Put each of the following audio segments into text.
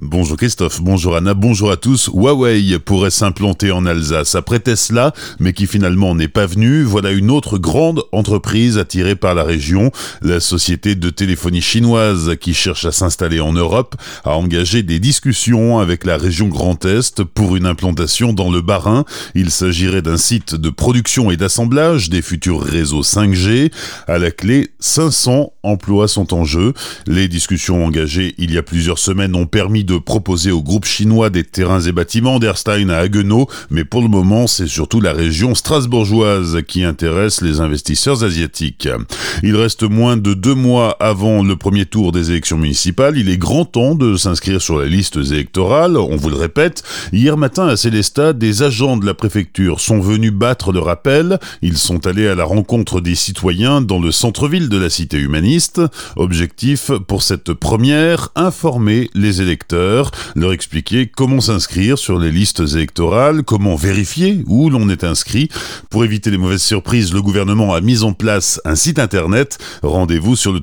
Bonjour Christophe, bonjour Anna, bonjour à tous. Huawei pourrait s'implanter en Alsace après Tesla, mais qui finalement n'est pas venu. Voilà une autre grande entreprise attirée par la région. La société de téléphonie chinoise qui cherche à s'installer en Europe a engagé des discussions avec la région Grand Est pour une implantation dans le Bas-Rhin. Il s'agirait d'un site de production et d'assemblage des futurs réseaux 5G. À la clé, 500 emplois sont en jeu. Les discussions engagées il y a plusieurs semaines ont permis de proposer au groupe chinois des terrains et bâtiments d'Erstein à Haguenau, mais pour le moment, c'est surtout la région strasbourgeoise qui intéresse les investisseurs asiatiques. Il reste moins de 2 mois avant le premier tour des élections municipales. Il est grand temps de s'inscrire sur les listes électorales. On vous le répète, hier matin à Célestat, des agents de la préfecture sont venus battre le rappel. Ils sont allés à la rencontre des citoyens dans le centre-ville de la cité humaniste. Objectif pour cette première, informer les électeurs, leur expliquer comment s'inscrire sur les listes électorales, comment vérifier où l'on est inscrit. Pour éviter les mauvaises surprises, le gouvernement a mis en place un site internet. Rendez-vous sur le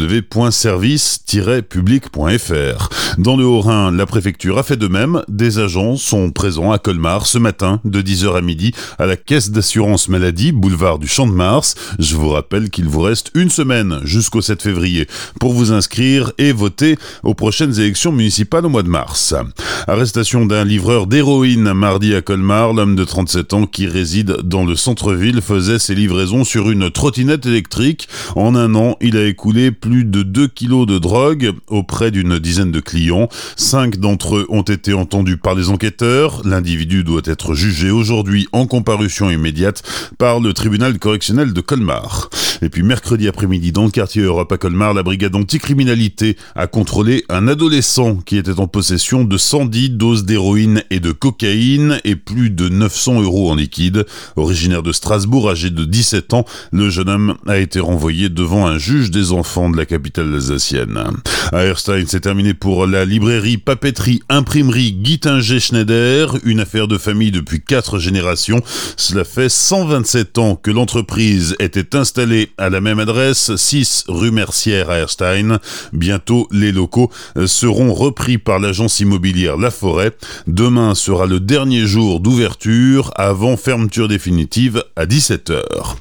www.service-public.fr. Dans le Haut-Rhin, la préfecture a fait de même. Des agents sont présents à Colmar ce matin de 10h à midi à la caisse d'assurance maladie, boulevard du Champ de Mars. Je vous rappelle qu'il vous reste une semaine jusqu'au 7 février pour vous inscrire et voter aux prochaines élections municipales au mois de mars. Arrestation d'un livreur d'héroïne mardi à Colmar. L'homme de 37 ans qui réside dans le centre-ville faisait ses livraisons sur une trottinette électrique. En un an, il a écoulé plus de 2 kilos de drogue auprès d'une dizaine de clients. 5 d'entre eux ont été entendus par les enquêteurs. L'individu doit être jugé aujourd'hui en comparution immédiate par le tribunal correctionnel de Colmar. Et puis mercredi après-midi, dans le quartier Europe à Colmar, la brigade anticriminalité a contrôlé un adolescent qui était en possession de 110 doses d'héroïne et de cocaïne et plus de 900 € en liquide. Originaire de Strasbourg, âgé de 17 ans, le jeune homme a été renvoyé devant un juge des enfants de la capitale alsacienne. À Erstein, c'est terminé pour la librairie, papeterie, imprimerie Guittinger-Schneider, une affaire de famille depuis 4 générations. Cela fait 127 ans que l'entreprise était installée à la même adresse, 6 rue Mercière à Erstein. Bientôt, les locaux seront repris par l'agence immobilière La Forêt. Demain sera le dernier jour d'ouverture avant fermeture définitive à 17h.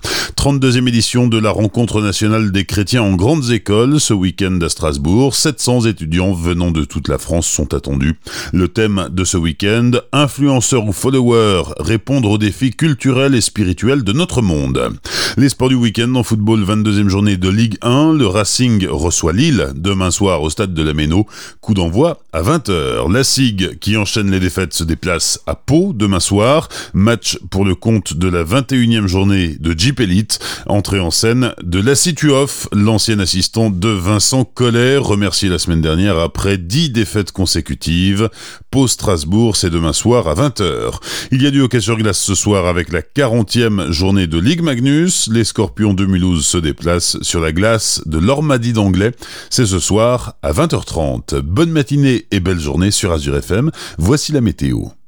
32e édition de la rencontre nationale des chrétiens en grandes écoles ce week-end à Strasbourg. 700 étudiants venant de toute la France sont attendus. Le thème de ce week-end, influenceurs ou followers, répondre aux défis culturels et spirituels de notre monde. Les sports du week-end en football, 22e journée de Ligue 1. Le Racing reçoit Lille demain soir au stade de la Méno. Coup d'envoi à 20h. La SIG, qui enchaîne les défaites, se déplace à Pau demain soir. Match pour le compte de la 21e journée de Jeep Elite. Entrée en scène de Lassie Tuoff, l'ancien assistant de Vincent Collet, remercié la semaine dernière après 10 défaites consécutives. Pau Strasbourg, c'est demain soir à 20h. Il y a du hockey sur glace ce soir avec la 40e journée de Ligue Magnus. Les Scorpions de Mulhouse se déplacent sur la glace de l'Ormadi d'Anglais. C'est ce soir à 20h30. Bonne matinée et belle journée sur Azure FM. Voici la météo.